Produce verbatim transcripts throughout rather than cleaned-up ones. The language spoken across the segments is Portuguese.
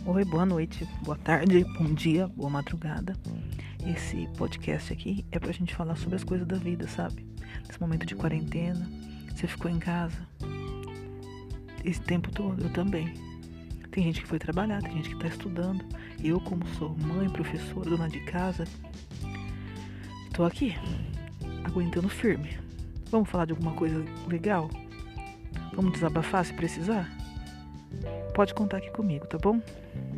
Oi, boa noite, boa tarde, bom dia, boa madrugada. Esse podcast aqui é pra gente falar sobre as coisas da vida, sabe? Nesse momento de quarentena, você ficou em casa esse tempo todo, eu também. Tem gente que foi trabalhar, tem gente que tá estudando. Eu, como sou mãe, professora, dona de casa, tô aqui, aguentando firme. Vamos falar de alguma coisa legal? Vamos desabafar se precisar? Pode contar aqui comigo, tá bom?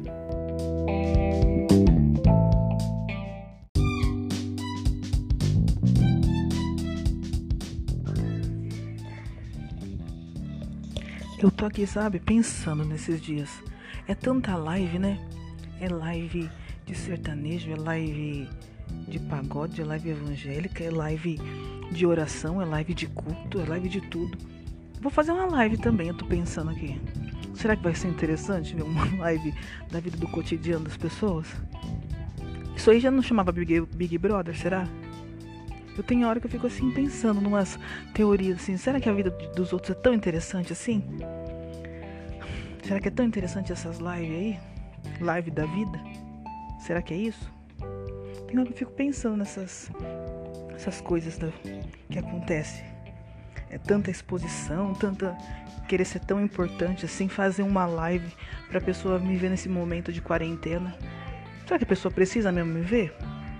Eu tô aqui, sabe, pensando nesses dias. É tanta live, né? É live de sertanejo, é live de pagode, é live evangélica, é live de oração, é live de culto, é live de tudo. Vou fazer uma live também, eu tô pensando aqui. Será que vai ser interessante ver uma live da vida do cotidiano das pessoas? Isso aí já não chamava Big, Big Brother, será? Eu tenho hora que eu fico assim pensando numas teorias assim. Será que a vida dos outros é tão interessante assim? Será que é tão interessante essas lives aí? Live da vida? Será que é isso? Tem hora que eu fico pensando nessas essas coisas da, que acontecem. É tanta exposição, tanta querer ser tão importante assim, fazer uma live pra pessoa me ver nesse momento de quarentena. Será que a pessoa precisa mesmo me ver?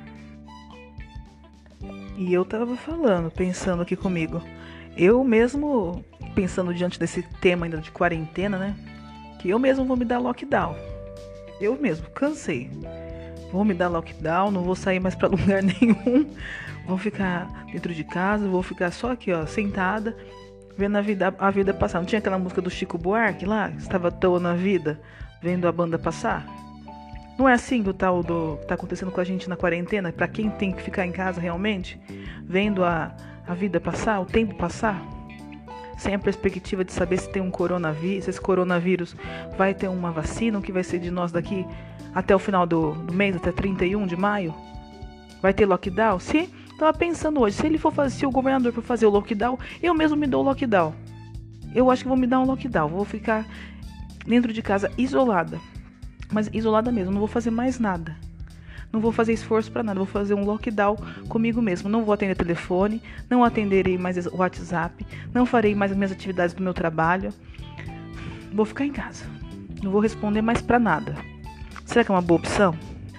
E eu tava falando, pensando aqui comigo. Eu mesmo, pensando diante desse tema ainda de quarentena, né? Que eu mesmo vou me dar lockdown. Eu mesmo, cansei. Vou me dar lockdown, não vou sair mais pra lugar nenhum. Vou ficar dentro de casa, vou ficar só aqui, ó, sentada, vendo a vida, a vida passar. Não tinha aquela música do Chico Buarque lá? Estava à toa na vida, vendo a banda passar? Não é assim que o tal do que tá acontecendo com a gente na quarentena? Pra quem tem que ficar em casa realmente, vendo a, a vida passar, o tempo passar, sem a perspectiva de saber se tem um coronavírus, se esse coronavírus vai ter uma vacina, o que vai ser de nós daqui até o final do, do mês, até trinta e um de maio? Vai ter lockdown? Se, tava pensando hoje, se ele for fazer, se o governador for fazer o lockdown, eu mesmo me dou o lockdown. Eu acho que vou me dar um lockdown, vou ficar dentro de casa isolada. Mas isolada mesmo, não vou fazer mais nada. Não vou fazer esforço pra nada, vou fazer um lockdown comigo mesmo. Não vou atender telefone, não atenderei mais o WhatsApp, não farei mais as minhas atividades do meu trabalho. Vou ficar em casa. Não vou responder mais pra nada. Será que é uma boa opção?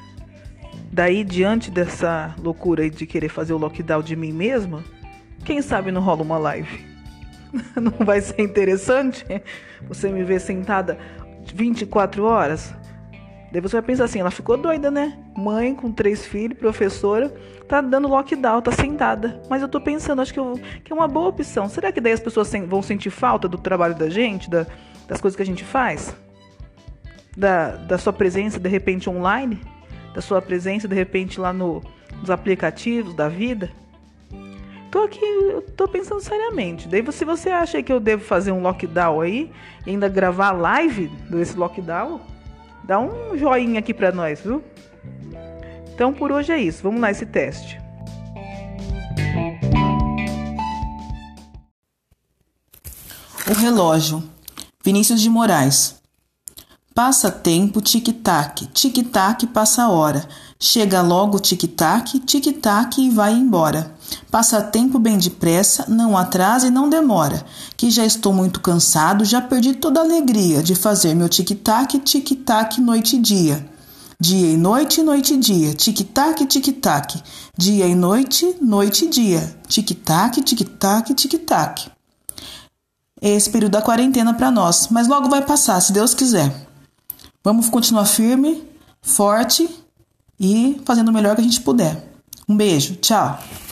Daí, diante dessa loucura aí de querer fazer o lockdown de mim mesma, quem sabe não rola uma live? Não vai ser interessante? Você me ver sentada vinte e quatro horas? Daí você vai pensar assim, ela ficou doida, né? Mãe com três filhos, professora, tá dando lockdown, tá sentada. Mas eu tô pensando, acho que, eu, que é uma boa opção. Será que daí as pessoas vão sentir falta do trabalho da gente, da, das coisas que a gente faz? Da, da sua presença, de repente, online? Da sua presença, de repente, lá no, nos aplicativos da vida? Tô aqui, eu tô pensando seriamente. Daí, se você acha que eu devo fazer um lockdown aí, e ainda gravar live desse lockdown, dá um joinha aqui pra nós, viu? Então, por hoje é isso. Vamos lá, esse teste. O relógio. Vinícius de Moraes. Passa tempo, tic-tac, tic-tac passa a hora. Chega logo tic-tac, tic-tac e vai embora. Passa tempo bem depressa, não atrasa e não demora. Que já estou muito cansado, já perdi toda a alegria de fazer meu tic-tac, tic-tac noite e dia. Dia e noite, noite e dia, tic-tac, tic-tac. Dia e noite, noite e dia, tic-tac, tic-tac, tic-tac. Esse período da quarentena para nós, mas logo vai passar, se Deus quiser. Vamos continuar firme, forte e fazendo o melhor que a gente puder. Um beijo, tchau!